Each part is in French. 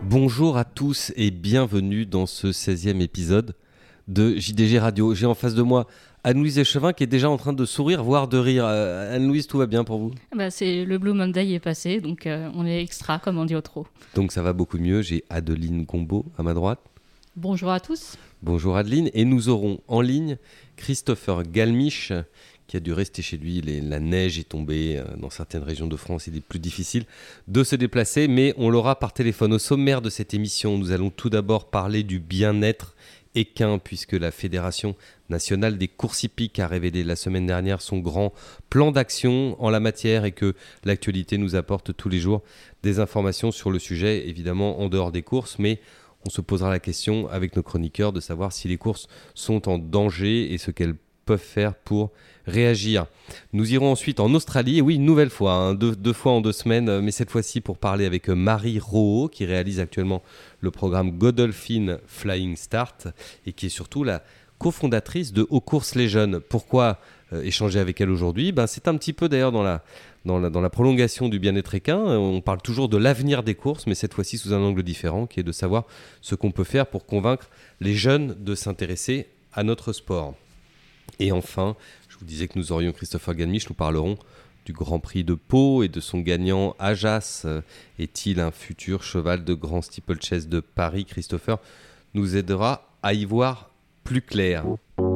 Bonjour à tous et bienvenue dans ce 16e épisode de JDG Radio. J'ai en face de moi Anne-Louise Échevin qui est déjà en train de sourire, voire de rire. Anne-Louise, tout va bien pour vous ? C'est le Blue Monday est passé, donc on est extra, comme on dit au trot. Donc ça va beaucoup mieux. J'ai Adeline Gombaud à ma droite. Bonjour à tous. Bonjour Adeline. Et nous aurons en ligne Christopher Galmiche qui a dû rester chez lui. La neige est tombée dans certaines régions de France. Il est plus difficile de se déplacer, mais on l'aura par téléphone. Au sommaire de cette émission, nous allons tout d'abord parler du bien-être équin, puisque la Fédération nationale des courses hippiques a révélé la semaine dernière son grand plan d'action en la matière et que l'actualité nous apporte tous les jours des informations sur le sujet, évidemment en dehors des courses, mais on se posera la question avec nos chroniqueurs de savoir si les courses sont en danger et ce qu'elles peuvent faire pour réagir. Nous irons ensuite en Australie, et oui, une nouvelle fois, deux fois en 2 semaines, mais cette fois-ci pour parler avec Marie Rohaut, qui réalise actuellement le programme Godolphin Flying Start, et qui est surtout la cofondatrice de Aux Courses les Jeunes. Pourquoi échanger avec elle aujourd'hui ? C'est un petit peu d'ailleurs dans la prolongation du bien-être équin. On parle toujours de l'avenir des courses, mais cette fois-ci sous un angle différent, qui est de savoir ce qu'on peut faire pour convaincre les jeunes de s'intéresser à notre sport. Et enfin, je vous disais que nous aurions Christopher Galmiche, nous parlerons du Grand Prix de Pau et de son gagnant Ajas. Est-il un futur cheval de grand steeplechase de Paris ? Christopher nous aidera à y voir plus clair.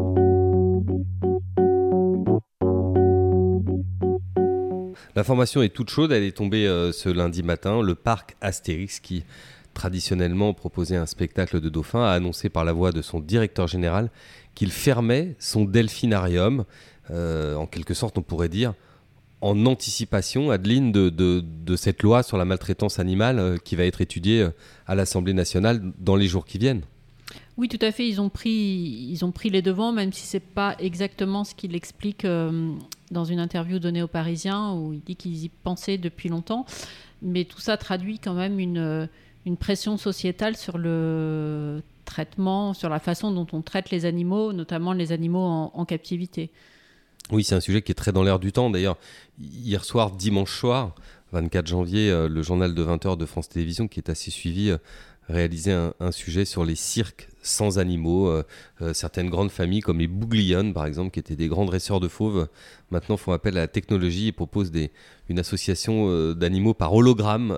L'information est toute chaude, elle est tombée ce lundi matin. Le parc Astérix, qui traditionnellement proposait un spectacle de dauphins, a annoncé par la voix de son directeur général qu'il fermait son delphinarium, en quelque sorte on pourrait dire, en anticipation, Adeline, de cette loi sur la maltraitance animale qui va être étudiée à l'Assemblée nationale dans les jours qui viennent. Oui, tout à fait, ils ont pris les devants, même si ce n'est pas exactement ce qu'il explique dans une interview donnée aux Parisiens, où il dit qu'ils y pensaient depuis longtemps. Mais tout ça traduit quand même une pression sociétale sur le traitement, sur la façon dont on traite les animaux, notamment les animaux en captivité. Oui, c'est un sujet qui est très dans l'air du temps. D'ailleurs, hier soir, dimanche soir, 24 janvier, le journal de 20h de France Télévisions, qui est assez suivi, réalisait un sujet sur les cirques sans animaux. Certaines grandes familles, comme les Bouglione, par exemple, qui étaient des grands dresseurs de fauves, maintenant font appel à la technologie et proposent une association d'animaux par hologramme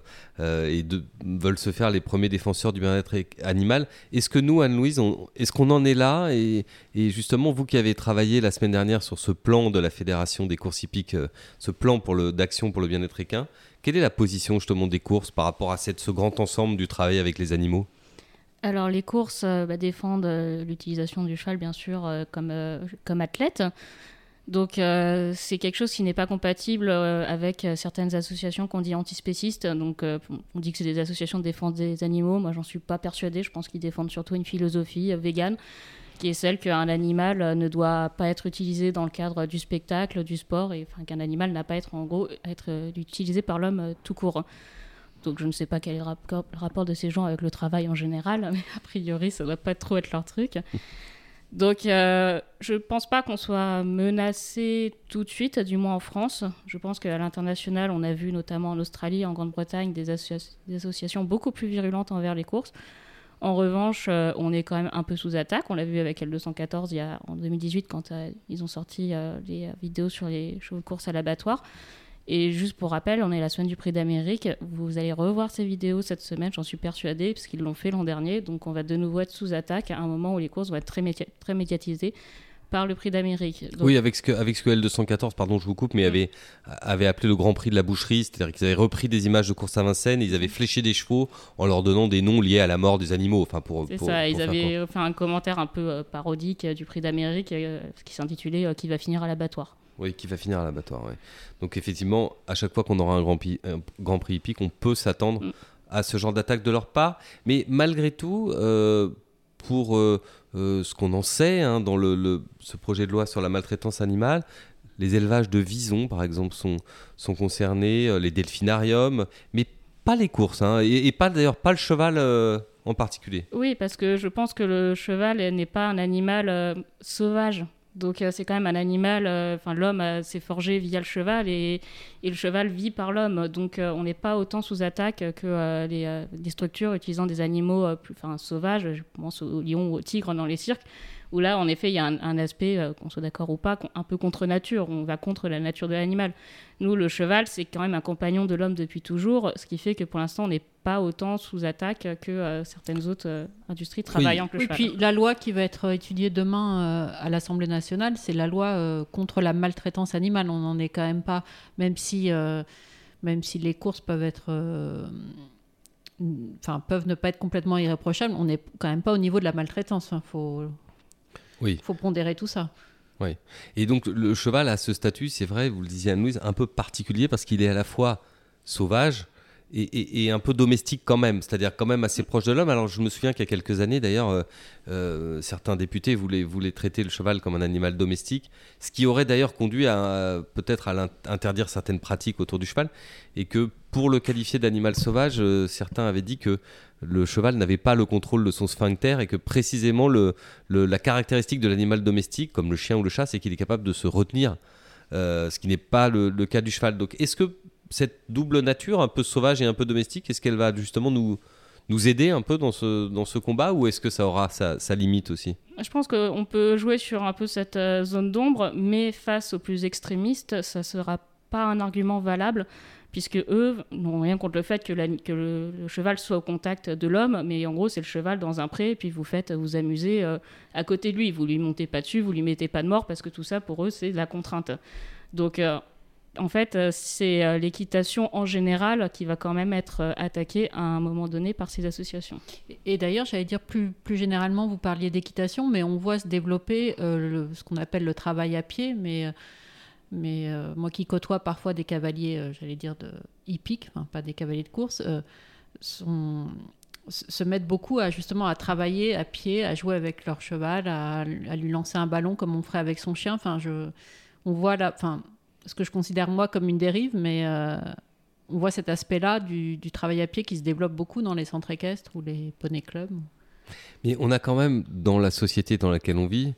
et veulent se faire les premiers défenseurs du bien-être animal. Est-ce que nous, Anne-Louise, est-ce qu'on en est là et justement, vous qui avez travaillé la semaine dernière sur ce plan de la Fédération des courses hippiques, ce plan d'action pour le bien-être équin, quelle est la position justement des courses par rapport à ce grand ensemble du travail avec les animaux ? Alors les courses défendent l'utilisation du cheval bien sûr comme athlète. Donc c'est quelque chose qui n'est pas compatible avec certaines associations qu'on dit antispécistes. Donc on dit que c'est des associations de défense des animaux. Moi j'en suis pas persuadée. Je pense qu'ils défendent surtout une philosophie végane qui est celle qu'un animal ne doit pas être utilisé dans le cadre du spectacle, du sport, et qu'un animal n'a pas être utilisé par l'homme tout court. Donc je ne sais pas quel est le rapport de ces gens avec le travail en général, mais a priori ça ne doit pas trop être leur truc. Donc je ne pense pas qu'on soit menacé tout de suite, du moins en France. Je pense qu'à l'international, on a vu notamment en Australie, en Grande-Bretagne, des associations beaucoup plus virulentes envers les courses. En revanche, on est quand même un peu sous attaque. On l'a vu avec L214 en 2018 quand ils ont sorti les vidéos sur les chevaux de course à l'abattoir. Et juste pour rappel, on est la semaine du Prix d'Amérique. Vous allez revoir ces vidéos cette semaine, j'en suis persuadée, parce qu'ils l'ont fait l'an dernier. Donc on va de nouveau être sous attaque à un moment où les courses vont être très médiatisées par le Prix d'Amérique. Donc... Oui, avec ce que L214, pardon, je vous coupe, mais avait appelé le Grand Prix de la boucherie, c'est-à-dire qu'ils avaient repris des images de course à Vincennes, et ils avaient fléché des chevaux en leur donnant des noms liés à la mort des animaux. Ils avaient fait un commentaire un peu parodique du Prix d'Amérique qui s'intitulait « Qui va finir à l'abattoir ». Oui, qui va finir à l'abattoir. Ouais. Donc effectivement, à chaque fois qu'on aura un grand prix hippique, on peut s'attendre à ce genre d'attaque de leur part. Mais malgré tout, pour ce qu'on en sait dans ce projet de loi sur la maltraitance animale, les élevages de visons, par exemple, sont concernés, les delphinariums, mais pas les courses, et d'ailleurs pas le cheval en particulier. Oui, parce que je pense que le cheval n'est pas un animal sauvage. Donc c'est quand même un animal, l'homme s'est forgé via le cheval et le cheval vit par l'homme. Donc on n'est pas autant sous attaque que les structures utilisant des animaux sauvages, je pense au lion ou au tigre dans les cirques, où là en effet il y a un aspect, qu'on soit d'accord ou pas, un peu contre nature, on va contre la nature de l'animal. Nous, le cheval, c'est quand même un compagnon de l'homme depuis toujours, ce qui fait que pour l'instant on n'est pas autant sous attaque que certaines autres industries travaillant avec le cheval. Et puis la loi qui va être étudiée demain à l'Assemblée nationale, c'est la loi contre la maltraitance animale. On n'en est quand même pas, même si les courses peuvent être, peuvent ne pas être complètement irréprochables, on n'est quand même pas au niveau de la maltraitance. Faut pondérer tout ça. Oui. Et donc le cheval a ce statut, c'est vrai, vous le disiez Anne-Louise, un peu particulier parce qu'il est à la fois sauvage et un peu domestique quand même, c'est-à-dire quand même assez proche de l'homme. Alors je me souviens qu'il y a quelques années d'ailleurs, certains députés voulaient traiter le cheval comme un animal domestique, ce qui aurait d'ailleurs conduit peut-être à interdire certaines pratiques autour du cheval, et que pour le qualifier d'animal sauvage, certains avaient dit que le cheval n'avait pas le contrôle de son sphincter et que précisément la caractéristique de l'animal domestique, comme le chien ou le chat, c'est qu'il est capable de se retenir, ce qui n'est pas le cas du cheval. Donc est-ce que cette double nature, un peu sauvage et un peu domestique, est-ce qu'elle va justement nous aider un peu dans ce combat, ou est-ce que ça aura sa limite aussi ? Je pense qu'on peut jouer sur un peu cette zone d'ombre, mais face aux plus extrémistes, ça ne sera pas un argument valable, puisque eux n'ont rien contre le fait que le cheval soit au contact de l'homme, mais en gros c'est le cheval dans un pré, et puis vous amusez à côté de lui, vous lui montez pas dessus, vous lui mettez pas de mort, parce que tout ça pour eux c'est de la contrainte. Donc en fait c'est l'équitation en général qui va quand même être attaquée à un moment donné par ces associations. Et d'ailleurs j'allais dire plus généralement, vous parliez d'équitation, mais on voit se développer ce qu'on appelle le travail à pied, mais moi qui côtoie parfois des cavaliers, j'allais dire hippiques, pas des cavaliers de course, se mettent beaucoup justement à travailler à pied, à jouer avec leur cheval, à lui lancer un ballon comme on ferait avec son chien. On voit là, ce que je considère moi comme une dérive, mais on voit cet aspect-là du travail à pied qui se développe beaucoup dans les centres équestres ou les poney clubs. Mais on a quand même, dans la société dans laquelle on vit,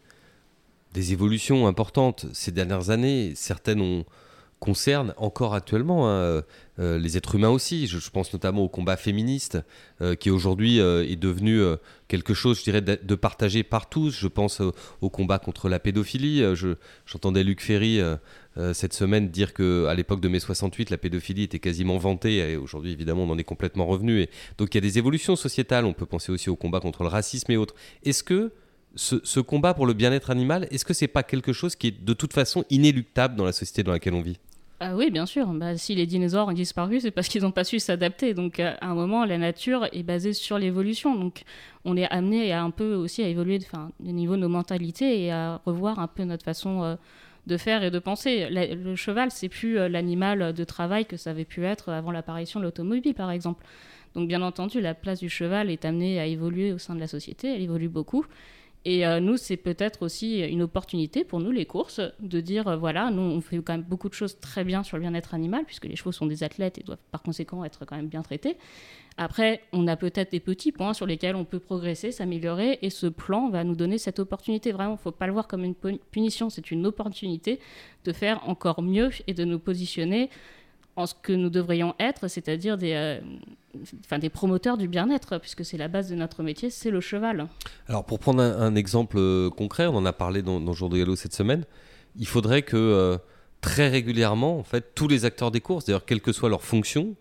des évolutions importantes ces dernières années. Certaines concernent encore actuellement les êtres humains aussi. Je pense notamment au combat féministe qui aujourd'hui est devenu quelque chose, je dirais, de partagé par tous. Je pense au combat contre la pédophilie. J'entendais Luc Ferry cette semaine dire qu'à l'époque de mai 68, la pédophilie était quasiment vantée. Et aujourd'hui, évidemment, on en est complètement revenu. Et donc il y a des évolutions sociétales. On peut penser aussi au combat contre le racisme et autres. Est-ce que ce combat pour le bien-être animal, est-ce que c'est pas quelque chose qui est de toute façon inéluctable dans la société dans laquelle on vit ? Ah oui, bien sûr. Si les dinosaures ont disparu, c'est parce qu'ils n'ont pas su s'adapter. Donc à un moment, la nature est basée sur l'évolution. Donc on est amené un peu aussi à évoluer au niveau de nos mentalités et à revoir un peu notre façon de faire et de penser. Le cheval, c'est plus l'animal de travail que ça avait pu être avant l'apparition de l'automobile, par exemple. Donc bien entendu, la place du cheval est amenée à évoluer au sein de la société. Elle évolue beaucoup. Et nous, c'est peut-être aussi une opportunité pour nous, les courses, de dire, voilà, nous, on fait quand même beaucoup de choses très bien sur le bien-être animal, puisque les chevaux sont des athlètes et doivent par conséquent être quand même bien traités. Après, on a peut-être des petits points sur lesquels on peut progresser, s'améliorer, et ce plan va nous donner cette opportunité. Vraiment, il ne faut pas le voir comme une punition, c'est une opportunité de faire encore mieux et de nous positionner en ce que nous devrions être, c'est-à-dire des promoteurs du bien-être, puisque c'est la base de notre métier, c'est le cheval. Alors pour prendre un exemple concret, on en a parlé dans Jour de Galop cette semaine, il faudrait que très régulièrement, en fait, tous les acteurs des courses, d'ailleurs quelle que soit leur fonction,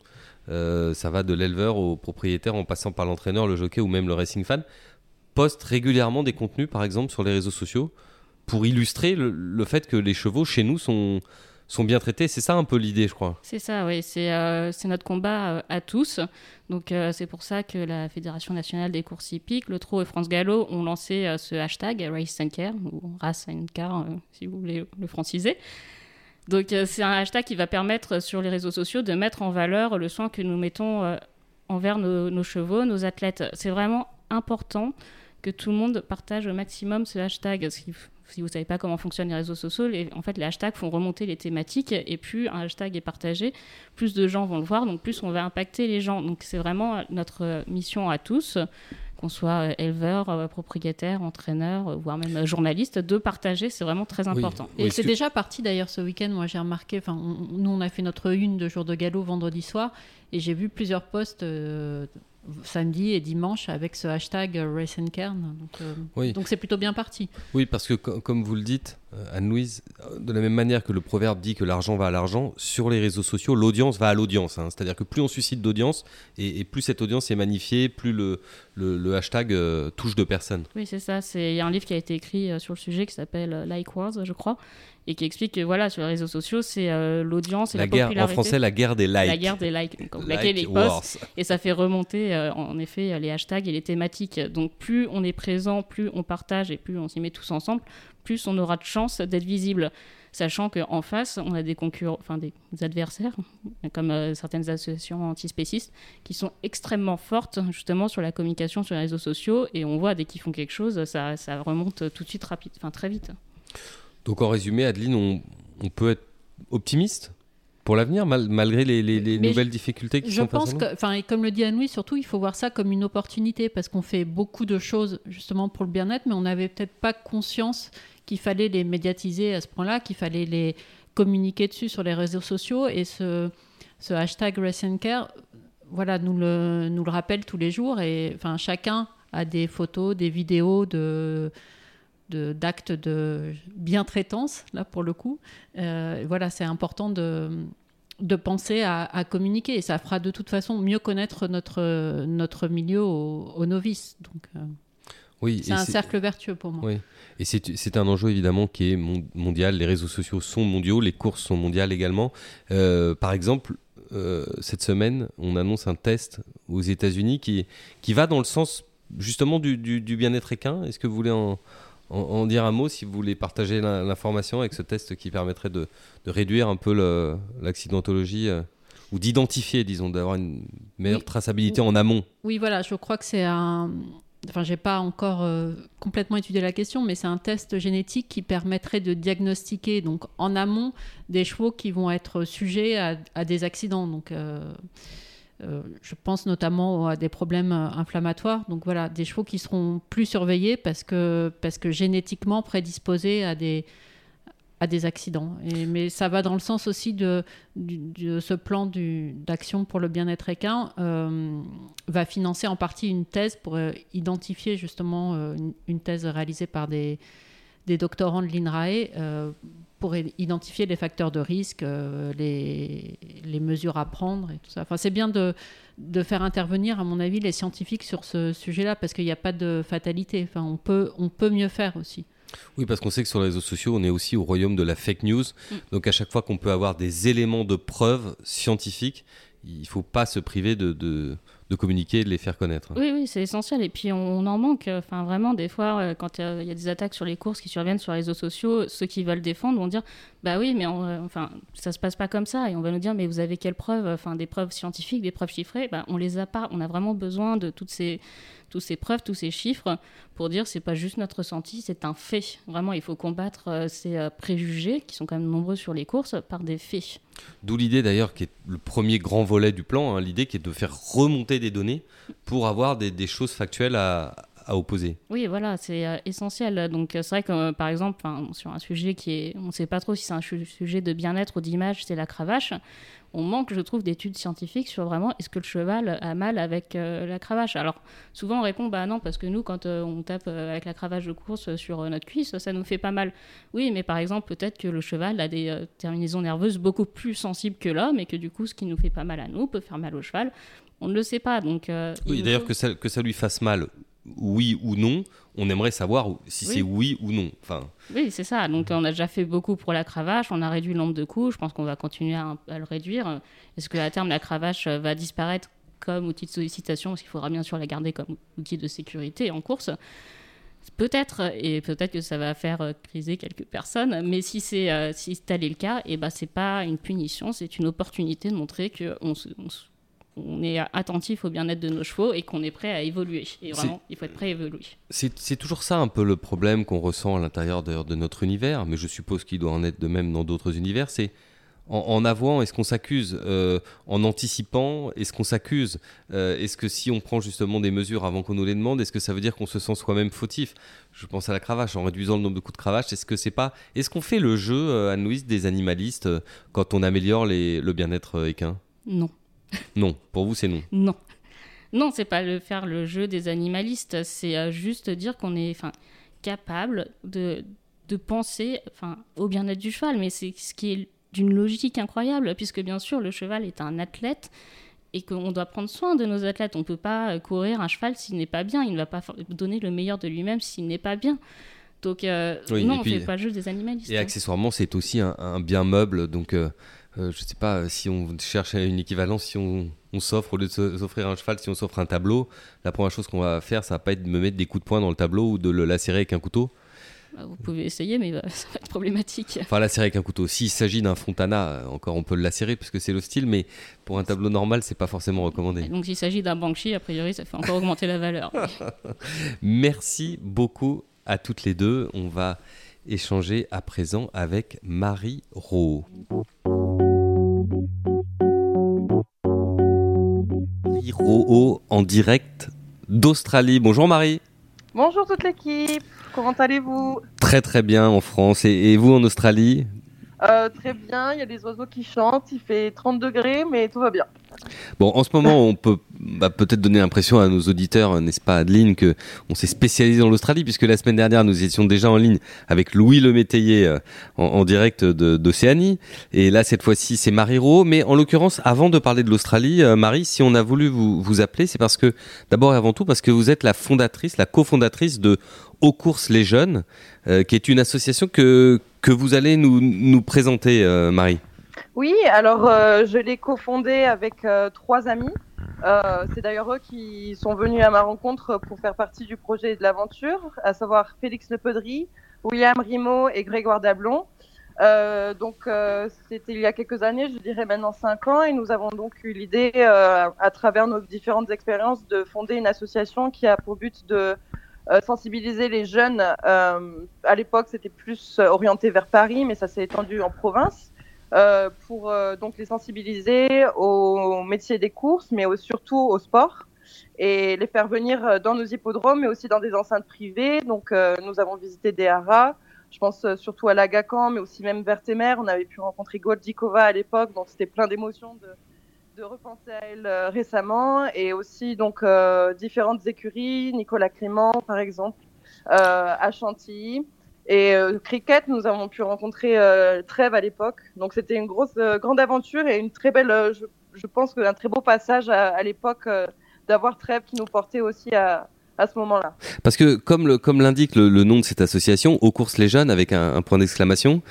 ça va de l'éleveur au propriétaire en passant par l'entraîneur, le jockey ou même le racing fan, postent régulièrement des contenus, par exemple sur les réseaux sociaux, pour illustrer le fait que les chevaux chez nous sont bien traités. C'est ça un peu l'idée, je crois. C'est ça, oui. C'est notre combat à tous. Donc c'est pour ça que la Fédération nationale des courses hippiques, le Trot et France Gallo ont lancé ce hashtag Race and Care, ou Race and Care, si vous voulez le franciser. Donc c'est un hashtag qui va permettre sur les réseaux sociaux de mettre en valeur le soin que nous mettons envers nos chevaux, nos athlètes. C'est vraiment important que tout le monde partage au maximum ce hashtag. Si vous ne savez pas comment fonctionnent les réseaux sociaux, les hashtags font remonter les thématiques, et plus un hashtag est partagé, plus de gens vont le voir, donc plus on va impacter les gens. Donc c'est vraiment notre mission à tous, qu'on soit éleveur, propriétaire, entraîneur, voire même journaliste, de partager, c'est vraiment très important. Et c'est déjà parti d'ailleurs ce week-end, moi j'ai remarqué, nous on a fait notre une de jour de galop vendredi soir, et j'ai vu plusieurs posts samedi et dimanche avec ce hashtag Race and Cairn. Donc c'est plutôt bien parti. Oui, parce que comme vous le dites, Anne-Louise, de la même manière que le proverbe dit que l'argent va à l'argent, sur les réseaux sociaux, l'audience va à l'audience. C'est-à-dire que plus on suscite d'audience, et plus cette audience est magnifiée, plus le hashtag touche de personnes. Oui, c'est ça. Il y a un livre qui a été écrit sur le sujet qui s'appelle Like Wars, je crois, et qui explique que voilà, sur les réseaux sociaux, c'est l'audience et la popularité. En français, la guerre des likes. La guerre des likes. Donc, like les posts, et ça fait remonter en effet les hashtags et les thématiques. Donc plus on est présent, plus on partage et plus on s'y met tous ensemble, plus on aura de chance d'être visible. Sachant qu'en face, on a des concurrents, des adversaires, comme certaines associations antispécistes, qui sont extrêmement fortes justement sur la communication sur les réseaux sociaux. Et on voit dès qu'ils font quelque chose, ça remonte tout de suite très vite. Donc en résumé, Adeline, on peut être optimiste pour l'avenir, malgré les nouvelles difficultés qui sont face à nous. Je pense que, et comme le dit Anne-Louise, surtout, il faut voir ça comme une opportunité, parce qu'on fait beaucoup de choses justement pour le bien-être, mais on n'avait peut-être pas conscience qu'il fallait les médiatiser à ce point-là, qu'il fallait les communiquer dessus sur les réseaux sociaux. Et ce hashtag Race and Care, voilà, nous le rappelle tous les jours. Et chacun a des photos, des vidéos d'actes de bientraitance, là pour le coup. Voilà, c'est important de penser à communiquer, et ça fera de toute façon mieux connaître notre milieu aux novices. Donc, oui, c'est un cercle vertueux pour moi. Oui. Et c'est un enjeu évidemment qui est mondial. Les réseaux sociaux sont mondiaux, les courses sont mondiales également. Par exemple, cette semaine, on annonce un test aux États-Unis qui va dans le sens justement du bien-être équin. Est-ce que vous voulez en dire un mot, si vous voulez partager l'information avec ce test qui permettrait de réduire un peu l'accidentologie ou d'identifier, disons, d'avoir une meilleure traçabilité en amont? Oui, voilà, je crois que c'est j'ai pas encore complètement étudié la question, mais c'est un test génétique qui permettrait de diagnostiquer donc en amont des chevaux qui vont être sujets à des accidents. Donc je pense notamment à des problèmes inflammatoires. Donc voilà, des chevaux qui seront plus surveillés parce que génétiquement prédisposés à des accidents. Mais ça va dans le sens aussi de ce plan d'action pour le bien-être équin, va financer en partie une thèse pour identifier justement une thèse réalisée par des doctorants de l'INRAE pour identifier les facteurs de risque, les mesures à prendre et tout ça. C'est bien de faire intervenir, à mon avis, les scientifiques sur ce sujet-là, parce qu'il n'y a pas de fatalité. On peut mieux faire aussi. Oui, parce qu'on sait que sur les réseaux sociaux, on est aussi au royaume de la fake news. Donc à chaque fois qu'on peut avoir des éléments de preuve scientifiques, il ne faut pas se priver de communiquer et de les faire connaître. Oui, c'est essentiel. Et puis on en manque. Vraiment, des fois, quand il y a des attaques sur les courses qui surviennent sur les réseaux sociaux, ceux qui veulent défendre vont dire bah oui, mais ça se passe pas comme ça. Et on va nous dire mais vous avez quelles preuves? Des preuves scientifiques, des preuves chiffrées. On les a pas. On a vraiment besoin de toutes ces preuves, tous ces chiffres pour dire c'est pas juste notre ressenti, c'est un fait. Vraiment, il faut combattre ces préjugés qui sont quand même nombreux sur les courses par des faits. D'où l'idée d'ailleurs qui est le premier grand volet du plan, l'idée qui est de faire remonter des données pour avoir des choses factuelles à opposer. Oui, voilà, c'est essentiel. Donc c'est vrai que par exemple, sur un sujet on ne sait pas trop si c'est un sujet de bien-être ou d'image, c'est la cravache. On manque, je trouve, d'études scientifiques sur vraiment est-ce que le cheval a mal avec la cravache. Alors souvent on répond bah non, parce que nous quand on tape avec la cravache de course sur notre cuisse, ça nous fait pas mal. Oui, mais par exemple peut-être que le cheval a des terminaisons nerveuses beaucoup plus sensibles que l'homme, et que du coup ce qui nous fait pas mal à nous peut faire mal au cheval. On ne le sait pas. Donc oui, d'ailleurs que ça lui fasse mal, oui ou non, on aimerait savoir si c'est oui ou non. Oui, c'est ça. Donc on a déjà fait beaucoup pour la cravache, on a réduit le nombre de coups, je pense qu'on va continuer à le réduire. Est-ce qu'à terme la cravache va disparaître comme outil de sollicitation, parce qu'il faudra bien sûr la garder comme outil de sécurité en course? Peut-être, et peut-être que ça va faire criser quelques personnes, mais si tel est le cas, c'est pas une punition, c'est une opportunité de montrer qu'on est attentif au bien-être de nos chevaux et qu'on est prêt à évoluer. Et vraiment, il faut être prêt à évoluer. C'est toujours ça un peu le problème qu'on ressent à l'intérieur de notre univers, mais je suppose qu'il doit en être de même dans d'autres univers. C'est en avouant, est-ce qu'on s'accuse en anticipant, est-ce qu'on s'accuse est-ce que si on prend justement des mesures avant qu'on nous les demande, est-ce que ça veut dire qu'on se sent soi-même fautif? Je pense à la cravache, en réduisant le nombre de coups de cravache, est-ce qu'on fait le jeu, Anne-Louise, des animalistes quand on améliore le bien-être équin? Non. Non, pour vous c'est non. Non. Non, c'est pas faire le jeu des animalistes, c'est juste dire qu'on est capable de penser au bien-être du cheval, mais c'est ce qui est d'une logique incroyable, puisque bien sûr le cheval est un athlète et qu'on doit prendre soin de nos athlètes. On ne peut pas courir un cheval s'il n'est pas bien, il ne va pas donner le meilleur de lui-même s'il n'est pas bien. Donc oui, non, on ne fait pas le jeu des animalistes. Et accessoirement, c'est aussi un bien meuble, donc je ne sais pas si on cherche une équivalence, si on s'offre, au lieu de s'offrir un cheval, si on s'offre un tableau, la première chose qu'on va faire, ça ne va pas être de me mettre des coups de poing dans le tableau ou de le lacérer avec un couteau. Vous pouvez essayer, mais ça va être problématique. Enfin, lacérer avec un couteau. S'il s'agit d'un Fontana, encore on peut le lacérer parce que c'est le style, mais pour un tableau normal, c'est pas forcément recommandé. Donc s'il s'agit d'un Banksy, a priori, ça fait encore augmenter la valeur. Merci beaucoup à toutes les deux. On va échanger à présent avec Marie Rowe. Marie Rowe en direct d'Australie. Bonjour Marie. Bonjour toute l'équipe, comment allez-vous? Très très bien en France, et vous en Australie? Très bien, il y a des oiseaux qui chantent, il fait 30 degrés, mais tout va bien. Bon, en ce moment, on peut peut-être donner l'impression à nos auditeurs, n'est-ce pas Adeline, qu'on s'est spécialisé dans l'Australie, puisque la semaine dernière, nous étions déjà en ligne avec Louis Lemétayer en direct d'Océanie. Et là, cette fois-ci, c'est Marie Rowe. Mais en l'occurrence, avant de parler de l'Australie, Marie, si on a voulu vous appeler, c'est parce que, d'abord et avant tout, parce que vous êtes la cofondatrice de Aux Courses les Jeunes, qui est une association que vous allez nous présenter, Marie. Oui, alors je l'ai cofondée avec 3 amis. C'est d'ailleurs eux qui sont venus à ma rencontre pour faire partie du projet de l'aventure, à savoir Félix Lepedry, William Rimaud et Grégoire Dablon. C'était il y a quelques années, je dirais maintenant 5 ans, et nous avons donc eu l'idée, à travers nos différentes expériences, de fonder une association qui a pour but de sensibiliser les jeunes. À l'époque, c'était plus orienté vers Paris, mais ça s'est étendu en province. Pour donc les sensibiliser au métier des courses, mais surtout au sport, et les faire venir dans nos hippodromes, mais aussi dans des enceintes privées. Donc nous avons visité des haras, je pense surtout à l'Agacan, mais aussi même Vertemer. On avait pu rencontrer Goldikova à l'époque, donc c'était plein d'émotions de repenser à elle récemment, et aussi donc différentes écuries, Nicolas Clément par exemple, à Chantilly. Et cricket, nous avons pu rencontrer Trèves à l'époque. Donc c'était une grande aventure et une très belle, je pense qu'un très beau passage à l'époque d'avoir Trèves qui nous portait aussi à ce moment-là. Parce que comme l'indique le nom de cette association, Aux Courses les Jeunes, avec un point d'exclamation,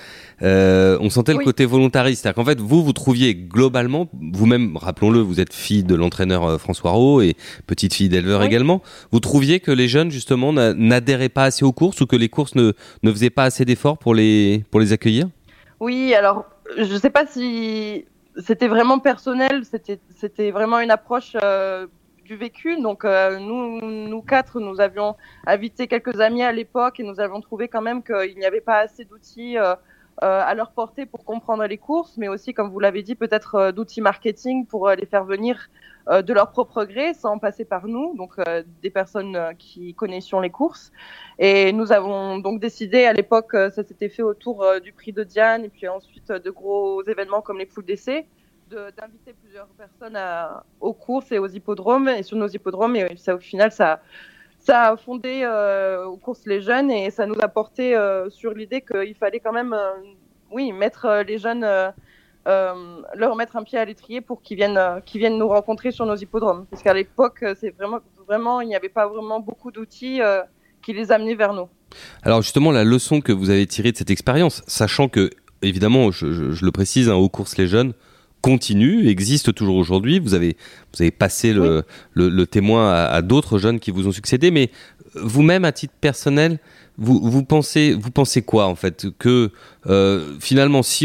on sentait le côté volontariste. C'est-à-dire qu'en fait, vous trouviez globalement, vous-même, rappelons-le, vous êtes fille de l'entraîneur François Rowe et petite fille d'éleveur également, vous trouviez que les jeunes, justement, n'adhéraient pas assez aux courses, ou que les courses ne faisaient pas assez d'efforts pour les accueillir? Oui, alors, je ne sais pas si c'était vraiment personnel, c'était vraiment une approche du vécu. Donc nous 4, nous avions invité quelques amis à l'époque, et nous avions trouvé quand même qu'il n'y avait pas assez d'outils à leur portée pour comprendre les courses, mais aussi, comme vous l'avez dit, peut-être d'outils marketing pour les faire venir de leur propre gré, sans passer par nous, donc des personnes qui connaissions les courses. Et nous avons donc décidé, à l'époque, ça s'était fait autour du prix de Diane, et puis ensuite de gros événements comme les poules d'essai, d'inviter plusieurs personnes aux courses et aux hippodromes, et sur nos hippodromes. Et ça, au final, ça a fondé Aux Courses les Jeunes, et ça nous a porté sur l'idée qu'il fallait quand même mettre les jeunes, leur mettre un pied à l'étrier pour qu'ils viennent nous rencontrer sur nos hippodromes. Parce qu'à l'époque, c'est vraiment, il n'y avait pas vraiment beaucoup d'outils qui les amenaient vers nous. Alors justement, la leçon que vous avez tirée de cette expérience, sachant que, évidemment, je le précise, Aux Courses les Jeunes continue, existe toujours aujourd'hui. Vous avez passé le témoin à d'autres jeunes qui vous ont succédé, mais vous-même, à titre personnel, vous pensez quoi en fait, que finalement, si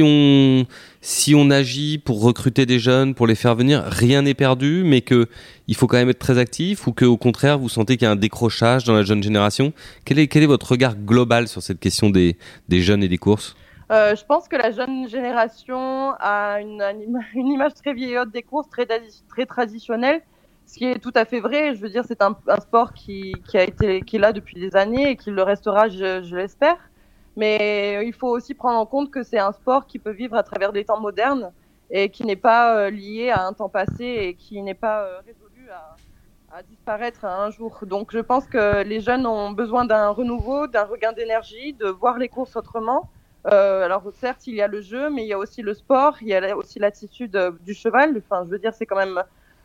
on agit pour recruter des jeunes, pour les faire venir, rien n'est perdu, mais que il faut quand même être très actif, ou que au contraire vous sentez qu'il y a un décrochage dans la jeune génération? Quel est votre regard global sur cette question des jeunes et des courses? Je pense que la jeune génération a une image très vieillotte des courses, très traditionnelle, ce qui est tout à fait vrai. Je veux dire, c'est un sport qui est là depuis des années et qui le restera, je l'espère. Mais il faut aussi prendre en compte que c'est un sport qui peut vivre à travers des temps modernes et qui n'est pas lié à un temps passé et qui n'est pas résolu à disparaître un jour. Donc je pense que les jeunes ont besoin d'un renouveau, d'un regain d'énergie, de voir les courses autrement. Alors certes, il y a le jeu, mais il y a aussi le sport, il y a aussi l'attitude du cheval. Enfin, je veux dire, c'est quand même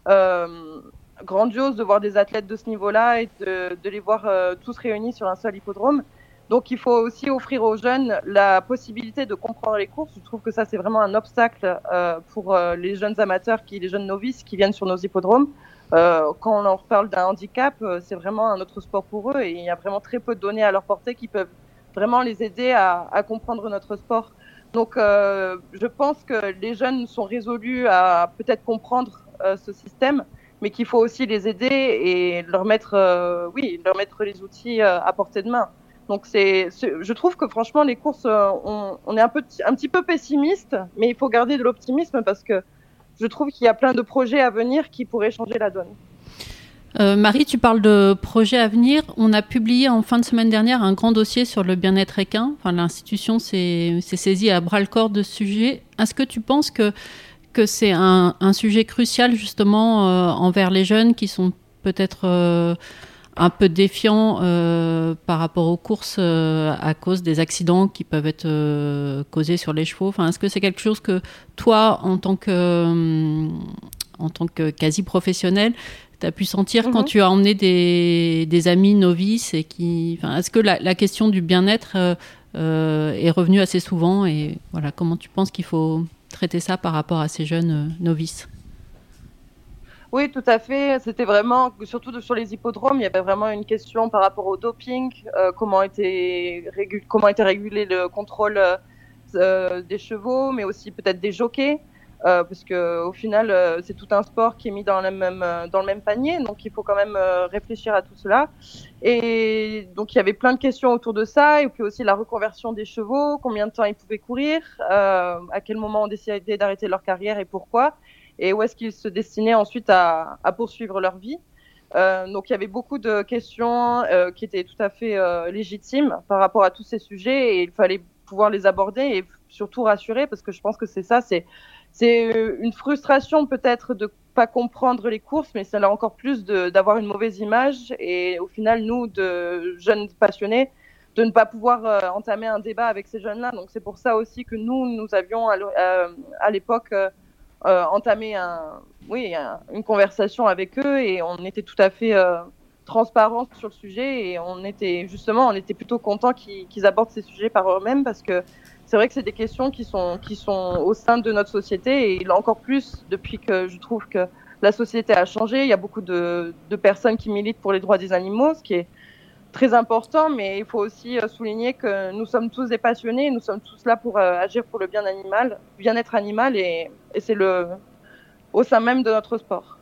grandiose de voir des athlètes de ce niveau-là et de les voir tous réunis sur un seul hippodrome. Donc il faut aussi offrir aux jeunes la possibilité de comprendre les courses. Je trouve que ça, c'est vraiment un obstacle pour les jeunes amateurs, les jeunes novices qui viennent sur nos hippodromes. Quand on leur parle d'un handicap, c'est vraiment un autre sport pour eux et il y a vraiment très peu de données à leur portée qui peuvent vraiment les aider à comprendre notre sport. Donc je pense que les jeunes sont résolus à peut-être comprendre ce système, mais qu'il faut aussi les aider et leur mettre les outils à portée de main. Donc je trouve que franchement les courses, on est un petit peu pessimiste, mais il faut garder de l'optimisme parce que je trouve qu'il y a plein de projets à venir qui pourraient changer la donne. Marie, tu parles de projets à venir. On a publié en fin de semaine dernière un grand dossier sur le bien-être équin. Enfin, l'institution s'est saisie à bras-le-corps de ce sujet. Est-ce que tu penses que c'est un sujet crucial justement envers les jeunes qui sont peut-être un peu défiants par rapport aux courses à cause des accidents qui peuvent être causés sur les chevaux. Enfin, est-ce que c'est quelque chose que toi, en tant que quasi-professionnel, tu as pu sentir quand tu as emmené des amis novices et est-ce que la question du bien-être est revenue assez souvent et voilà, comment tu penses qu'il faut traiter ça par rapport à ces jeunes novices? Oui, tout à fait. C'était vraiment, surtout sur les hippodromes, il y avait vraiment une question par rapport au doping, comment était régulé le contrôle des chevaux, mais aussi peut-être des jockeys. Parce que au final, c'est tout un sport qui est mis dans le même panier, donc il faut quand même réfléchir à tout cela. Et donc il y avait plein de questions autour de ça, et puis aussi la reconversion des chevaux, combien de temps ils pouvaient courir, à quel moment on décidait d'arrêter leur carrière et pourquoi, et où est-ce qu'ils se destinaient ensuite à poursuivre leur vie. Donc il y avait beaucoup de questions qui étaient tout à fait légitimes par rapport à tous ces sujets, et il fallait pouvoir les aborder et surtout rassurer, parce que je pense que c'est une frustration peut-être de pas comprendre les courses, mais ça l'a encore plus d'avoir une mauvaise image et au final, nous, de jeunes passionnés, de ne pas pouvoir entamer un débat avec ces jeunes-là. Donc c'est pour ça aussi que nous avions à l'époque entamé une conversation avec eux et on était tout à fait transparents sur le sujet et on était plutôt contents qu'ils abordent ces sujets par eux-mêmes parce que c'est vrai que c'est des questions qui sont au sein de notre société et encore plus depuis que je trouve que la société a changé. Il y a beaucoup de personnes qui militent pour les droits des animaux, ce qui est très important, mais il faut aussi souligner que nous sommes tous des passionnés, nous sommes tous là pour agir pour le bien-être animal et c'est au sein même de notre sport.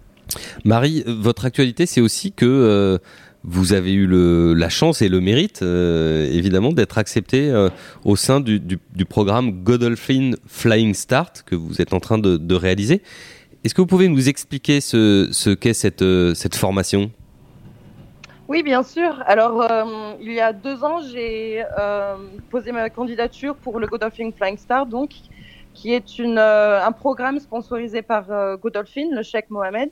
Marie, votre actualité, c'est aussi que vous avez eu la chance et le mérite, évidemment, d'être accepté au sein du programme Godolphin Flying Start que vous êtes en train de réaliser. Est-ce que vous pouvez nous expliquer ce qu'est cette formation ? Oui, bien sûr. Alors, il y a 2 ans, j'ai posé ma candidature pour le Godolphin Flying Start, donc, qui est un programme sponsorisé par Godolphin, le Cheikh Mohammed,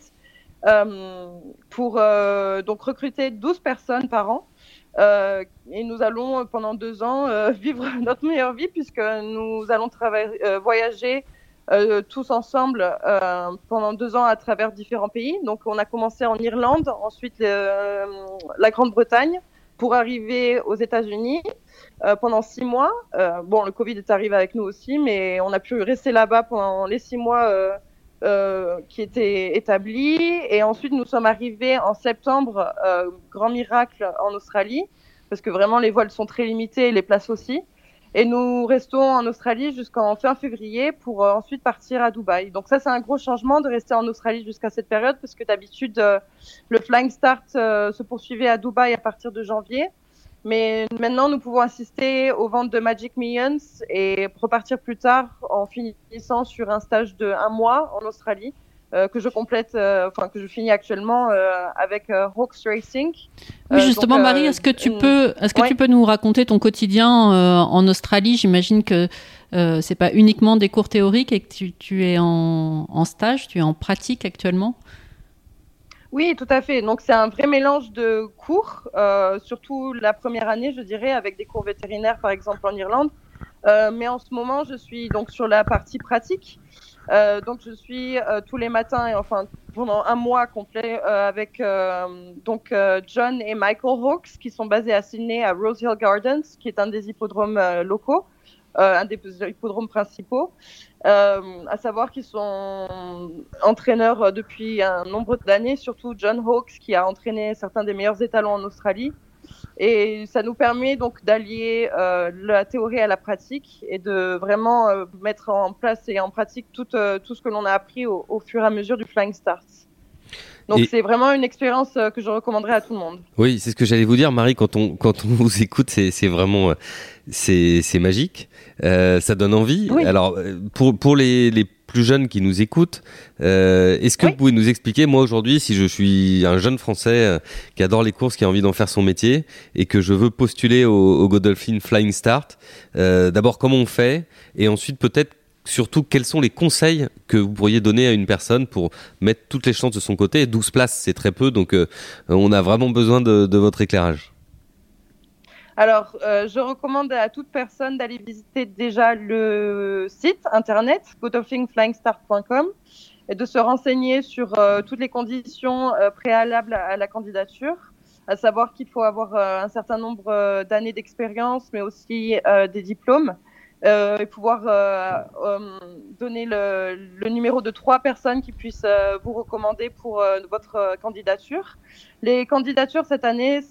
pour donc recruter 12 personnes par an. Et nous allons pendant 2 ans vivre notre meilleure vie puisque nous allons voyager tous ensemble pendant 2 ans à travers différents pays. Donc on a commencé en Irlande, ensuite la Grande-Bretagne pour arriver aux États-Unis pendant 6 mois. Bon, le Covid est arrivé avec nous aussi, mais on a pu rester là-bas pendant les 6 mois qui étaient établis. Et ensuite, nous sommes arrivés en septembre, grand miracle, en Australie, parce que vraiment, les vols sont très limités et les places aussi. Et nous restons en Australie jusqu'en fin février pour ensuite partir à Dubaï. Donc ça, c'est un gros changement de rester en Australie jusqu'à cette période, parce que d'habitude, le Flying Start se poursuivait à Dubaï à partir de janvier. Mais maintenant, nous pouvons assister aux ventes de Magic Millions et repartir plus tard en finissant sur un stage de 1 mois en Australie que je complète, que je finis actuellement avec Hawks Racing. Oui, justement, Marie, est-ce que tu peux nous raconter ton quotidien en Australie? J'imagine que c'est pas uniquement des cours théoriques et que tu es en stage, tu es en pratique actuellement. Oui, tout à fait. Donc, c'est un vrai mélange de cours, surtout la première année, je dirais, avec des cours vétérinaires, par exemple, en Irlande. Mais en ce moment, je suis donc sur la partie pratique. Donc, je suis tous les matins, et enfin, pendant 1 mois complet, avec John et Michael Hawks, qui sont basés à Sydney, à Rose Hill Gardens, qui est un des hippodromes locaux, un des hippodromes principaux. À savoir qu'ils sont entraîneurs depuis un nombre d'années, surtout John Hawks qui a entraîné certains des meilleurs étalons en Australie. Et ça nous permet donc d'allier la théorie à la pratique et de vraiment mettre en place et en pratique tout ce que l'on a appris au fur et à mesure du Flying Start. Donc c'est vraiment une expérience que je recommanderais à tout le monde. Oui, c'est ce que j'allais vous dire, Marie. Quand on vous écoute, c'est vraiment c'est magique. Ça donne envie. Oui. Alors pour les plus jeunes qui nous écoutent, est-ce que vous pouvez nous expliquer, moi aujourd'hui, si je suis un jeune Français qui adore les courses, qui a envie d'en faire son métier et que je veux postuler au Godolphin Flying Start, d'abord comment on fait et ensuite peut-être surtout, quels sont les conseils que vous pourriez donner à une personne pour mettre toutes les chances de son côté? 12 places, c'est très peu, donc on a vraiment besoin de votre éclairage. Alors, je recommande à toute personne d'aller visiter déjà le site internet godolphinflyingstart.com et de se renseigner sur toutes les conditions préalables à la candidature, à savoir qu'il faut avoir un certain nombre d'années d'expérience, mais aussi des diplômes. Et pouvoir donner le numéro de 3 personnes qui puissent vous recommander pour votre candidature. Les candidatures cette année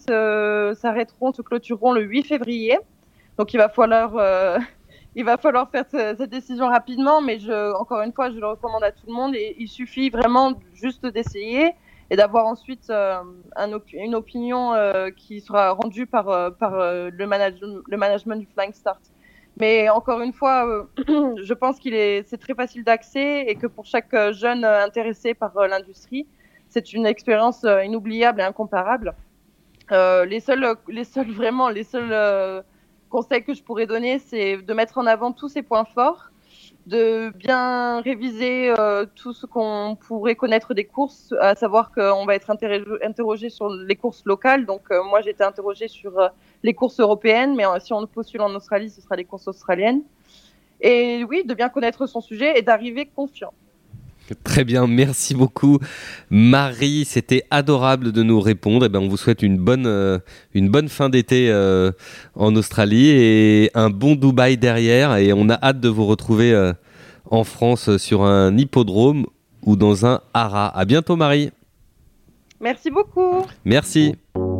se clôtureront le 8 février. Donc il va falloir faire cette décision rapidement, mais encore une fois, je le recommande à tout le monde. Et il suffit vraiment juste d'essayer et d'avoir ensuite une opinion qui sera rendue par le management du Flying Start. Mais encore une fois, je pense c'est très facile d'accès et que pour chaque jeune intéressé par l'industrie, c'est une expérience inoubliable et incomparable. Les seuls conseils que je pourrais donner, c'est de mettre en avant tous ces points forts, de bien réviser tout ce qu'on pourrait connaître des courses, à savoir qu'on va être interrogé sur les courses locales. Donc moi, j'ai été interrogée sur les courses européennes, mais si on postule en Australie, ce sera les courses australiennes. Et oui, de bien connaître son sujet et d'arriver confiant. Très bien, merci beaucoup Marie, c'était adorable de nous répondre. On vous souhaite une bonne fin d'été en Australie et un bon Dubaï derrière, et on a hâte de vous retrouver en France sur un hippodrome ou dans un haras. À bientôt Marie. Merci beaucoup. Merci.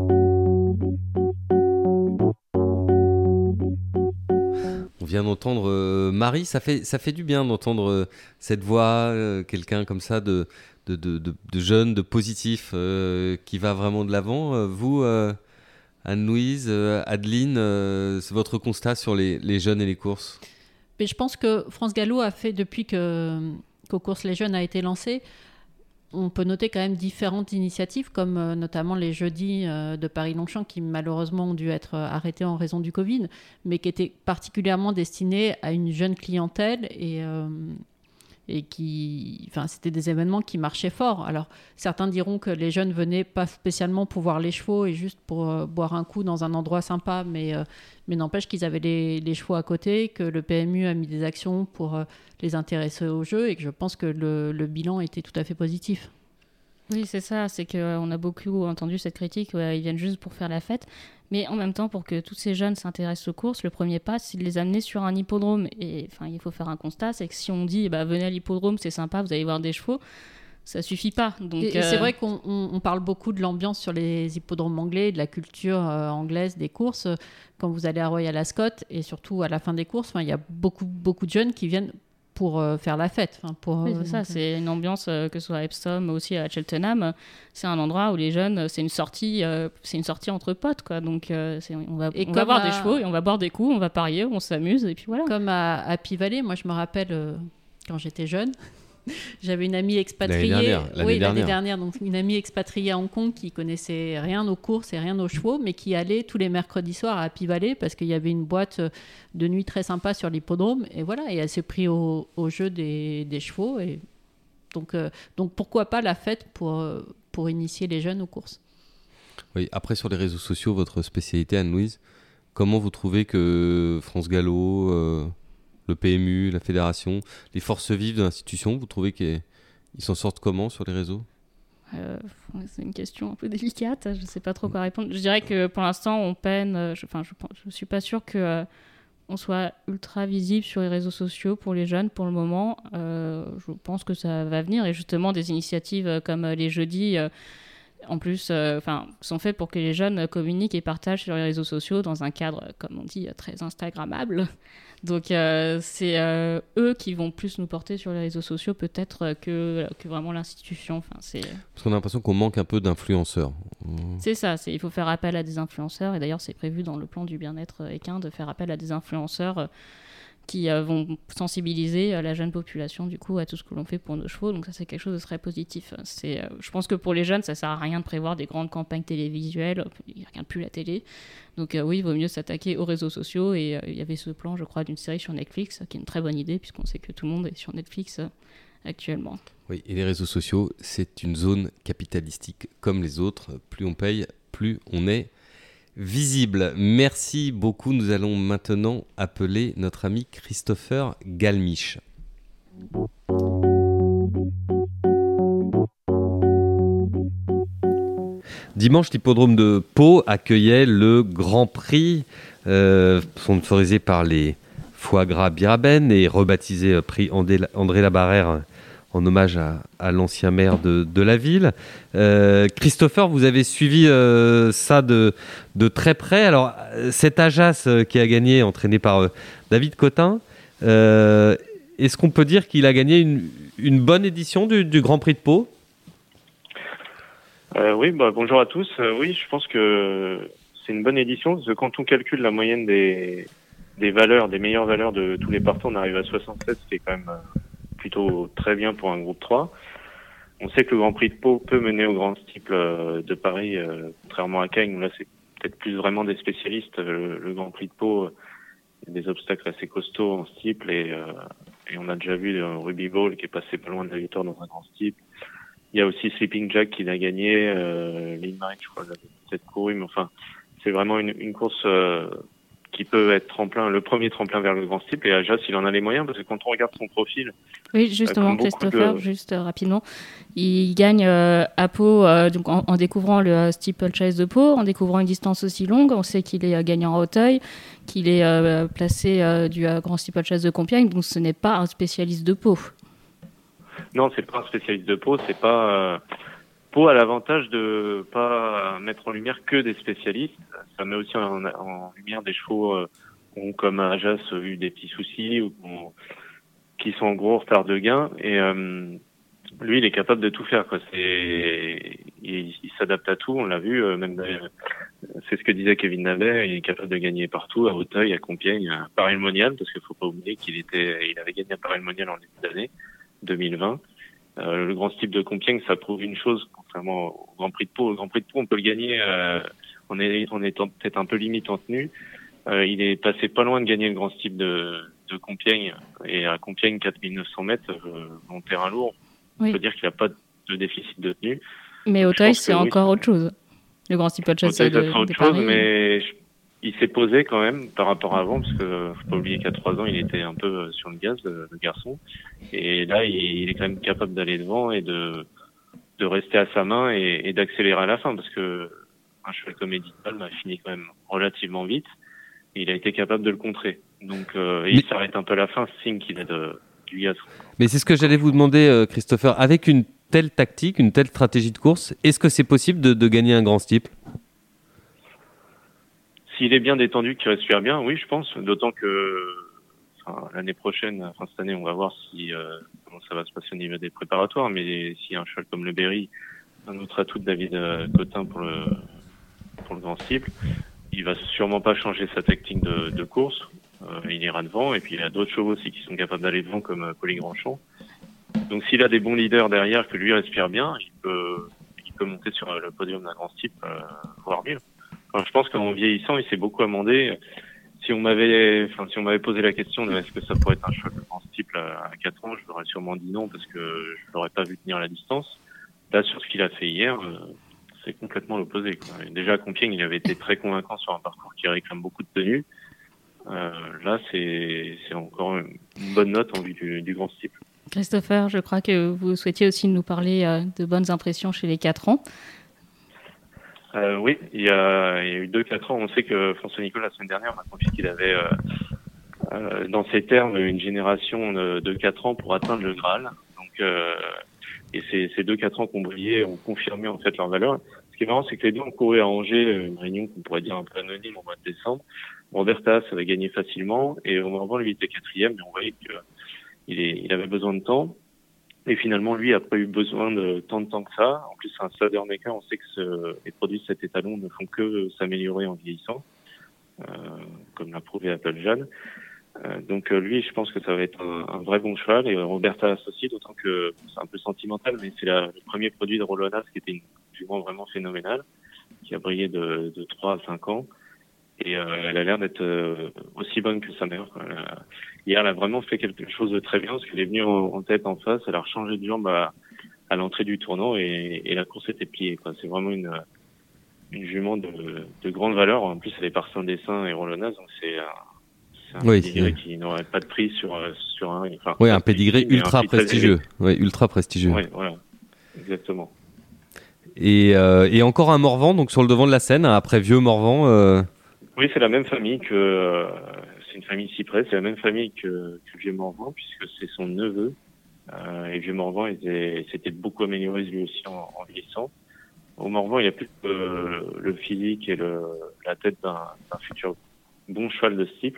On vient d'entendre Marie, ça fait du bien d'entendre cette voix, quelqu'un comme ça de jeune, de positif, qui va vraiment de l'avant. Vous, Anne-Louise, Adeline, c'est votre constat sur les jeunes et les courses? Mais je pense que France Gallo a fait, depuis qu'aux courses les jeunes a été lancé, on peut noter quand même différentes initiatives, comme notamment les jeudis de Paris-Longchamp, qui malheureusement ont dû être arrêtés en raison du Covid, mais qui étaient particulièrement destinés à une jeune clientèle et c'était des événements qui marchaient fort. Alors, certains diront que les jeunes venaient pas spécialement pour voir les chevaux et juste pour boire un coup dans un endroit sympa, mais n'empêche qu'ils avaient les chevaux à côté, que le PMU a mis des actions pour les intéresser au jeu, et que je pense que le bilan était tout à fait positif. Oui, c'est ça, c'est qu'on a beaucoup entendu cette critique, ils viennent juste pour faire la fête, mais en même temps, pour que tous ces jeunes s'intéressent aux courses, le premier pas, c'est de les amener sur un hippodrome. Et il faut faire un constat, c'est que si on dit venez à l'hippodrome, c'est sympa, vous allez voir des chevaux, ça suffit pas. Donc, et c'est vrai qu'on parle beaucoup de l'ambiance sur les hippodromes anglais, de la culture anglaise des courses. Quand vous allez à Royal Ascot, et surtout à la fin des courses, il y a beaucoup de jeunes qui viennent pour faire la fête. Oui, c'est ça, c'est une ambiance, que ce soit à Epsom, mais aussi à Cheltenham. C'est un endroit où les jeunes, c'est une sortie entre potes, quoi. Donc, on va voir des chevaux et on va boire des coups, on va parier, on s'amuse, et puis voilà. Comme à Happy Valley, moi je me rappelle quand j'étais jeune, j'avais une amie expatriée. L'année dernière, donc une amie expatriée à Hong Kong qui connaissait rien aux courses et rien aux chevaux, mais qui allait tous les mercredis soirs à Happy Valley parce qu'il y avait une boîte de nuit très sympa sur l'hippodrome. Et voilà, et elle s'est prise au jeu des chevaux. Et donc pourquoi pas la fête pour initier les jeunes aux courses. Oui, après sur les réseaux sociaux, votre spécialité, Anne-Louise, comment vous trouvez que France Gallo, le PMU, la fédération, les forces vives de l'institution, vous trouvez qu'ils s'en sortent comment sur les réseaux ? C'est une question un peu délicate, je ne sais pas trop quoi répondre. Je dirais que pour l'instant, on peine. Je ne suis pas sûre qu'on soit ultra visible sur les réseaux sociaux pour les jeunes pour le moment. Je pense que ça va venir. Et justement, des initiatives comme les jeudis, en plus, sont faits pour que les jeunes communiquent et partagent sur les réseaux sociaux dans un cadre, comme on dit, très instagrammable. Donc, c'est eux qui vont plus nous porter sur les réseaux sociaux peut-être que vraiment l'institution. Parce qu'on a l'impression qu'on manque un peu d'influenceurs. C'est ça, il faut faire appel à des influenceurs. Et d'ailleurs, c'est prévu dans le plan du bien-être équin de faire appel à des influenceurs qui vont sensibiliser la jeune population du coup à tout ce que l'on fait pour nos chevaux. Donc ça, c'est quelque chose de très positif. Je pense que pour les jeunes, ça sert à rien de prévoir des grandes campagnes télévisuelles. Ils ne regardent plus la télé. Donc oui, il vaut mieux s'attaquer aux réseaux sociaux. Et il y avait ce plan, je crois, d'une série sur Netflix, qui est une très bonne idée, puisqu'on sait que tout le monde est sur Netflix actuellement. Oui, et les réseaux sociaux, c'est une zone capitalistique comme les autres. Plus on paye, plus on est visible. Merci beaucoup. Nous allons maintenant appeler notre ami Christopher Galmiche. Dimanche, l'hippodrome de Pau accueillait le Grand Prix, sponsorisé par les Foie Gras Biraben et rebaptisé Prix André Labarrère en hommage à l'ancien maire de la ville. Christopher, vous avez suivi ça de très près. Alors, cet Ajas qui a gagné, entraîné par David Cotin, est-ce qu'on peut dire qu'il a gagné une bonne édition du Grand Prix de Pau ? Oui, bonjour à tous. Oui, je pense que c'est une bonne édition, parce que quand on calcule la moyenne des valeurs, des meilleures valeurs de tous les partants, on arrive à 67, ce qui est quand même plutôt très bien pour un groupe 3. On sait que le Grand Prix de Pau peut mener au Grand Steeple de Paris, contrairement à Cagnes, où là c'est peut-être plus vraiment des spécialistes. Le Grand Prix de Pau, il y a des obstacles assez costauds en steeple, et on a déjà vu Ruby Ball qui est passé pas loin de la victoire dans un grand steeple. Il y a aussi Sleeping Jack qui l'a gagné, Lynn Marine, je crois, l'avait peut-être couru, mais enfin, c'est vraiment une course qui peut être le premier tremplin vers le grand steeple, et Ajas, il en a les moyens, parce que quand on regarde son profil... Oui, justement, Christopher, juste rapidement, il gagne à Pau donc en découvrant le steeplechase de Pau, en découvrant une distance aussi longue. On sait qu'il est gagnant à Auteuil, qu'il est placé du grand steeplechase de Compiègne, donc ce n'est pas un spécialiste de Pau. Non, c'est pas un spécialiste de Pau, c'est pas... Pau a l'avantage de pas mettre en lumière que des spécialistes. Ça met aussi en lumière des chevaux qui ont, comme Ajas, eu des petits soucis ou qui sont en gros retard de gain. Et lui, il est capable de tout faire, quoi. Il s'adapte à tout. On l'a vu. C'est ce que disait Kevin Nabet. Il est capable de gagner partout, à Auteuil, à Compiègne, à Paris-le-Monial, parce qu'il faut pas oublier il avait gagné à Paris-le-Monial en début d'année 2020. Le Grand Steeple de Compiègne, ça prouve une chose, contrairement au Grand Prix de Pau. Le Grand Prix de Pau, on peut le gagner en étant peut-être un peu limite en tenue. Il est passé pas loin de gagner le Grand Steeple de Compiègne. Et à Compiègne, 4900 mètres, en terrain lourd, on peut dire qu'il n'a pas de déficit de tenue. Mais Auteuil, c'est encore autre chose. Le Grand Steeplechase de Paris. Autre chose, mais il s'est posé quand même par rapport à avant, parce que faut pas oublier qu'à 3 ans, il était un peu sur le gaz, le garçon. Et là, il est quand même capable d'aller devant et de rester à sa main et d'accélérer à la fin, parce que un cheval comme Eddie Palm a fini quand même relativement vite. Et il a été capable de le contrer. Donc, il s'arrête un peu à la fin, signe qu'il a du gaz. Mais c'est ce que j'allais vous demander, Christopher. Avec une telle tactique, une telle stratégie de course, est-ce que c'est possible de gagner un grand steeple ? S'il est bien détendu, qu'il respire bien, oui, je pense. D'autant que l'année prochaine, cette année, on va voir comment ça va se passer au niveau des préparatoires. Mais s'il y a un cheval comme le Berry, un autre atout de David Cotin pour le grand cycle, il va sûrement pas changer sa technique de course. Il ira devant. Et puis il y a d'autres chevaux aussi qui sont capables d'aller devant, comme Pauline Grandchamp. Donc s'il a des bons leaders derrière, que lui respire bien, il peut monter sur le podium d'un grand type, voire mieux. Enfin, je pense qu'en vieillissant, il s'est beaucoup amendé. Si on m'avait posé la question de est-ce que ça pourrait être un cheval de grand type à 4 ans, je l'aurais sûrement dit non, parce que je l'aurais pas vu tenir la distance. Là, sur ce qu'il a fait hier, c'est complètement l'opposé, quoi. Et déjà à Compiègne, il avait été très convaincant sur un parcours qui réclame beaucoup de tenue. Là, c'est encore une bonne note en vue du grand type. Christopher, je crois que vous souhaitiez aussi nous parler de bonnes impressions chez les 4 ans. Oui, il y a eu 2-4 ans. On sait que François Nicolas, la semaine dernière, m'a confié qu'il avait, dans ses termes, une génération de 4 ans pour atteindre le Graal. Donc, et ces 2-4 ans qui ont brillé ont confirmé en fait leur valeur. Ce qui est marrant, c'est que les deux ont couru à Angers, une réunion qu'on pourrait dire un peu anonyme au mois de décembre. Robertas avait gagné facilement et au moment lui était 4e, mais on voyait qu'il avait besoin de temps. Et finalement, lui, a pas eu besoin de tant que ça. En plus, c'est un Southern Maker. On sait que les produits de cet étalon ne font que s'améliorer en vieillissant, comme l'a prouvé Applejack. Donc lui, je pense que ça va être un vrai bon cheval. Et Robertas aussi, d'autant que c'est un peu sentimental, mais c'est le premier produit de Rolonas qui était une jument vraiment phénoménale, qui a brillé de 3 à 5 ans. Et elle a l'air d'être aussi bonne que sa mère. Hier, elle a vraiment fait quelque chose de très bien, parce qu'elle est venue en tête en face, elle a rechangé de jambe à l'entrée du tournant, et la course était pliée, quoi. C'est vraiment une jument de grande valeur. En plus, elle est par Saint-Dessin et Rolonas, donc c'est un pédigré qui n'aurait pas de prix sur un... Enfin, oui, un pédigré ultra prestigieux. Oui, ultra prestigieux. Oui, voilà. Exactement. Et encore un Morvan, donc sur le devant de la scène, après Vieux Morvan. Oui, c'est la même famille c'est une famille cyprès, c'est la même famille que Vieux Morvan, puisque c'est son neveu. Et Vieux Morvan s'était beaucoup amélioré lui aussi en vieillissant. Au Morvan, il a plus le physique et la tête d'un futur bon cheval de ce type.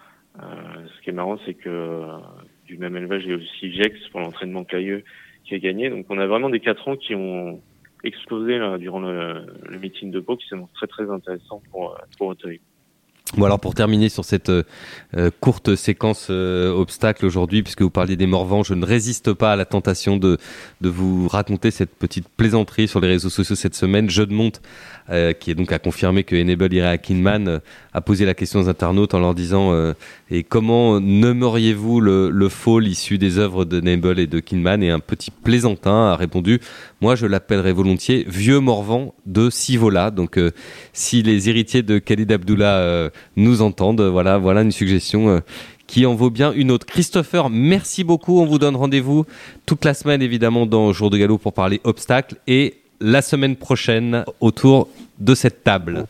Ce qui est marrant, c'est que du même élevage, il y a aussi Jex pour l'entraînement Cailleux qui a gagné. Donc on a vraiment des 4 ans qui ont explosé là, durant le meeting de Pau, qui s'annonce très très intéressant pour Auteuil. Bon, alors pour terminer sur cette courte séquence obstacle aujourd'hui, puisque vous parliez des Morvans, je ne résiste pas à la tentation de vous raconter cette petite plaisanterie sur les réseaux sociaux cette semaine. Jeu de monte, qui est donc à confirmer que Enable irait à Kinman, a posé la question aux internautes en leur disant et comment nommeriez-vous le foal issu des œuvres de Enable et de Kinman, et un petit plaisantin a répondu: moi je l'appellerais volontiers Vieux Morvan de Sivola. Donc si les héritiers de Khalid Abdullah nous entendent, voilà une suggestion qui en vaut bien une autre. Christopher, merci beaucoup. On vous donne rendez-vous toute la semaine, évidemment, dans Jour de Galop pour parler obstacles, et la semaine prochaine autour de cette table.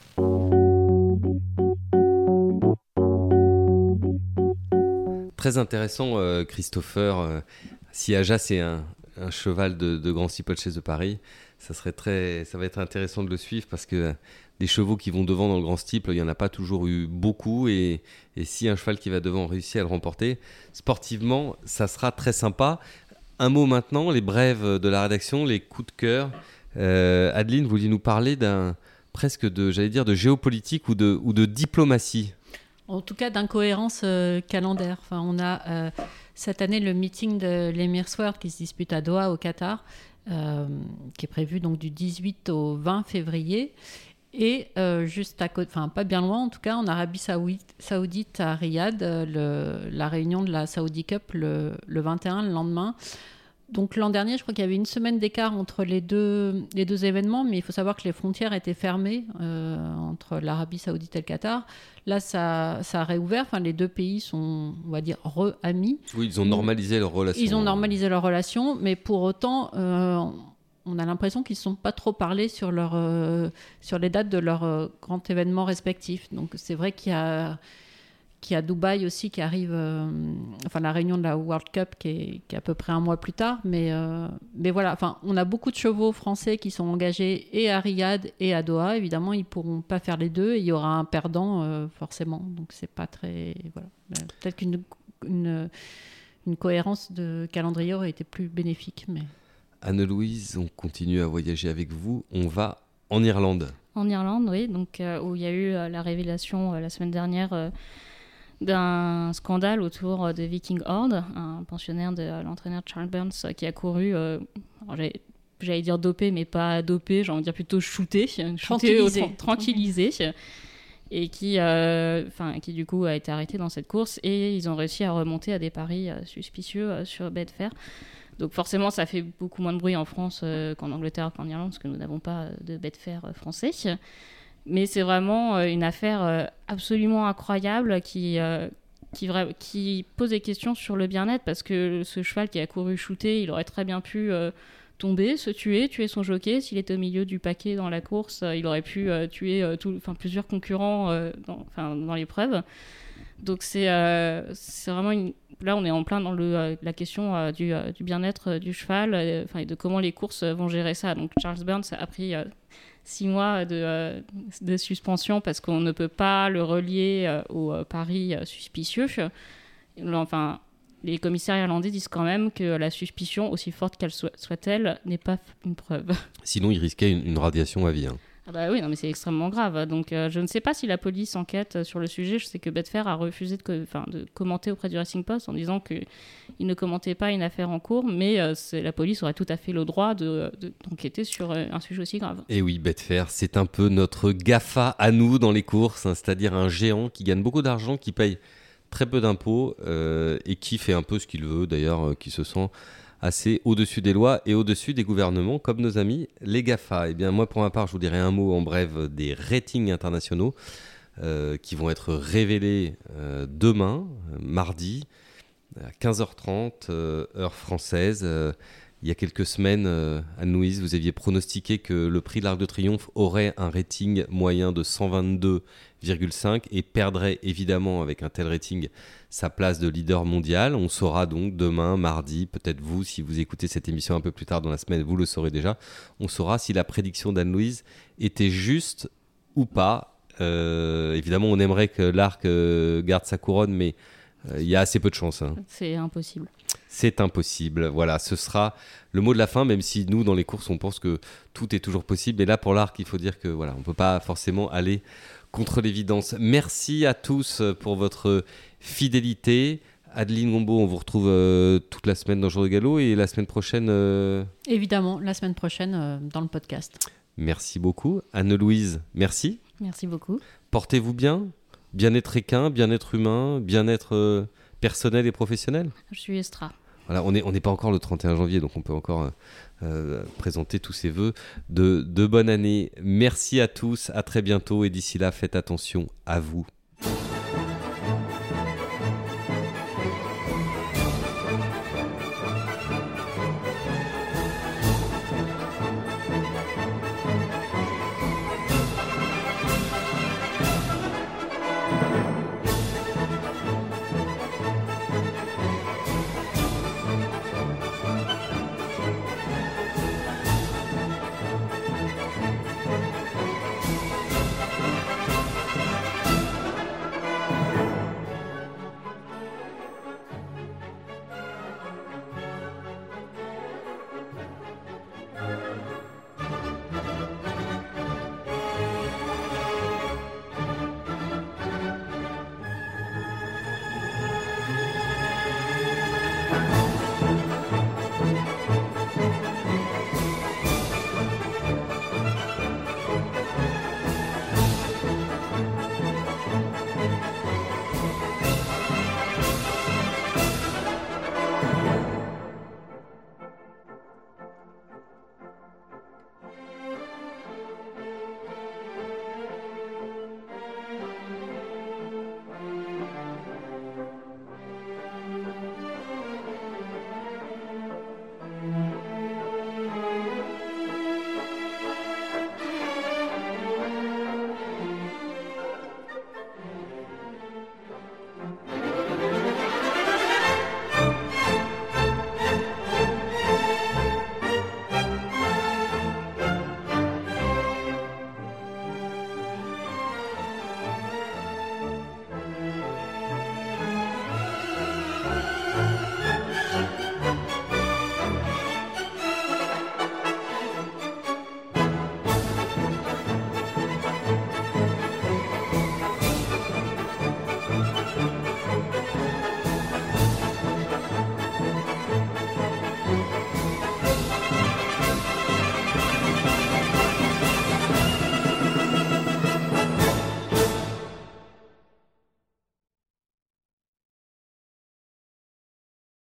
Très intéressant, Christopher. Si Aja, c'est un cheval de grand steeplechase de Paris, ça va être intéressant de le suivre, parce que des chevaux qui vont devant dans le grand steeple, il n'y en a pas toujours eu beaucoup, et si un cheval qui va devant réussit à le remporter, sportivement, ça sera très sympa. Un mot maintenant, les brèves de la rédaction, les coups de cœur. Adeline, vous vouliez nous parler presque de géopolitique ou de diplomatie. En tout cas, d'incohérence calendaire. Enfin, on a cette année le meeting de l'Emir Sword qui se dispute à Doha, au Qatar, qui est prévu donc du 18 au 20 février. Et juste à côté, enfin pas bien loin en tout cas, en Arabie Saoudite à Riyad, la réunion de la Saudi Cup le 21, le lendemain. Donc l'an dernier, je crois qu'il y avait une semaine d'écart entre les deux événements, mais il faut savoir que les frontières étaient fermées entre l'Arabie Saoudite et le Qatar. Là, ça a réouvert. Enfin, les deux pays sont, on va dire, re-amis. Oui, ils ont normalisé leurs relations. Ils ont normalisé leurs relations, mais pour autant, on a l'impression qu'ils ne se sont pas trop parlé sur les dates de leurs grands événements respectifs. Donc c'est vrai qu'il y a Dubaï aussi qui arrive, la réunion de la World Cup qui est à peu près un mois plus tard. Mais voilà, on a beaucoup de chevaux français qui sont engagés et à Riyad et à Doha. Évidemment, ils ne pourront pas faire les deux, et il y aura un perdant forcément. Donc c'est pas très... Voilà. Peut-être qu'une une cohérence de calendrier aurait été plus bénéfique. Mais... Anne-Louise, on continue à voyager avec vous. On va en Irlande. En Irlande, oui, donc, où il y a eu la révélation la semaine dernière d'un scandale autour de Viking Horde, un pensionnaire de l'entraîneur Charles Burns qui a couru, j'allais dire dopé, mais pas dopé, j'ai envie de dire plutôt shooté tranquillisé, et qui du coup a été arrêté dans cette course, et ils ont réussi à remonter à des paris suspicieux sur Betfair. Donc forcément, ça fait beaucoup moins de bruit en France qu'en Angleterre, qu'en Irlande, parce que nous n'avons pas de Betfair français. Mais c'est vraiment une affaire absolument incroyable qui pose des questions sur le bien-être, parce que ce cheval qui a couru shooter, il aurait très bien pu tomber, se tuer son jockey. S'il était au milieu du paquet dans la course, il aurait pu tuer plusieurs concurrents dans l'épreuve. Donc c'est vraiment là on est en plein dans la question du bien-être du cheval, et de comment les courses vont gérer ça. Donc Charles Burns a pris 6 mois de suspension parce qu'on ne peut pas le relier aux paris suspicieux. Les commissaires irlandais disent quand même que la suspicion, aussi forte qu'elle soit-elle, n'est pas une preuve. Sinon, il risquait une radiation à vie. Hein. Ah bah oui, non, mais c'est extrêmement grave. Donc je ne sais pas si la police enquête sur le sujet. Je sais que Betfair a refusé de commenter auprès du Racing Post en disant qu'il ne commentait pas une affaire en cours, mais la police aurait tout à fait le droit d'enquêter sur un sujet aussi grave. Et oui, Betfair, c'est un peu notre GAFA à nous dans les courses, hein, c'est-à-dire un géant qui gagne beaucoup d'argent, qui paye très peu d'impôts et qui fait un peu ce qu'il veut, d'ailleurs, qui se sent assez au-dessus des lois et au-dessus des gouvernements, comme nos amis les GAFA. Eh bien, moi, pour ma part, je vous dirai un mot en bref des ratings internationaux qui vont être révélés demain, mardi, à 15h30, heure française. Il y a quelques semaines, Anne-Louise, vous aviez pronostiqué que le prix de l'Arc de Triomphe aurait un rating moyen de 122,5 et perdrait évidemment avec un tel rating sa place de leader mondial. On saura donc demain, mardi, peut-être vous, si vous écoutez cette émission un peu plus tard dans la semaine, vous le saurez déjà, on saura si la prédiction d'Anne-Louise était juste ou pas. Évidemment, on aimerait que l'Arc garde sa couronne, mais il y a assez peu de chance. Hein. C'est impossible. C'est impossible. Voilà, ce sera le mot de la fin, même si nous, dans les courses, on pense que tout est toujours possible. Et là, pour l'Arc, il faut dire que voilà, on ne peut pas forcément aller contre l'évidence. Merci à tous pour votre fidélité. Adeline Gombaud, on vous retrouve toute la semaine dans Jour de Galop et la semaine prochaine... Évidemment, la semaine prochaine dans le podcast. Merci beaucoup. Anne-Louise, merci. Merci beaucoup. Portez-vous bien. Bien-être équin, bien-être humain, bien-être personnel et professionnel. Je suis Estra. Voilà, on n'est pas encore le 31 janvier, donc on peut encore présenter tous ces vœux de bonne année. Merci à tous, à très bientôt et d'ici là, faites attention à vous.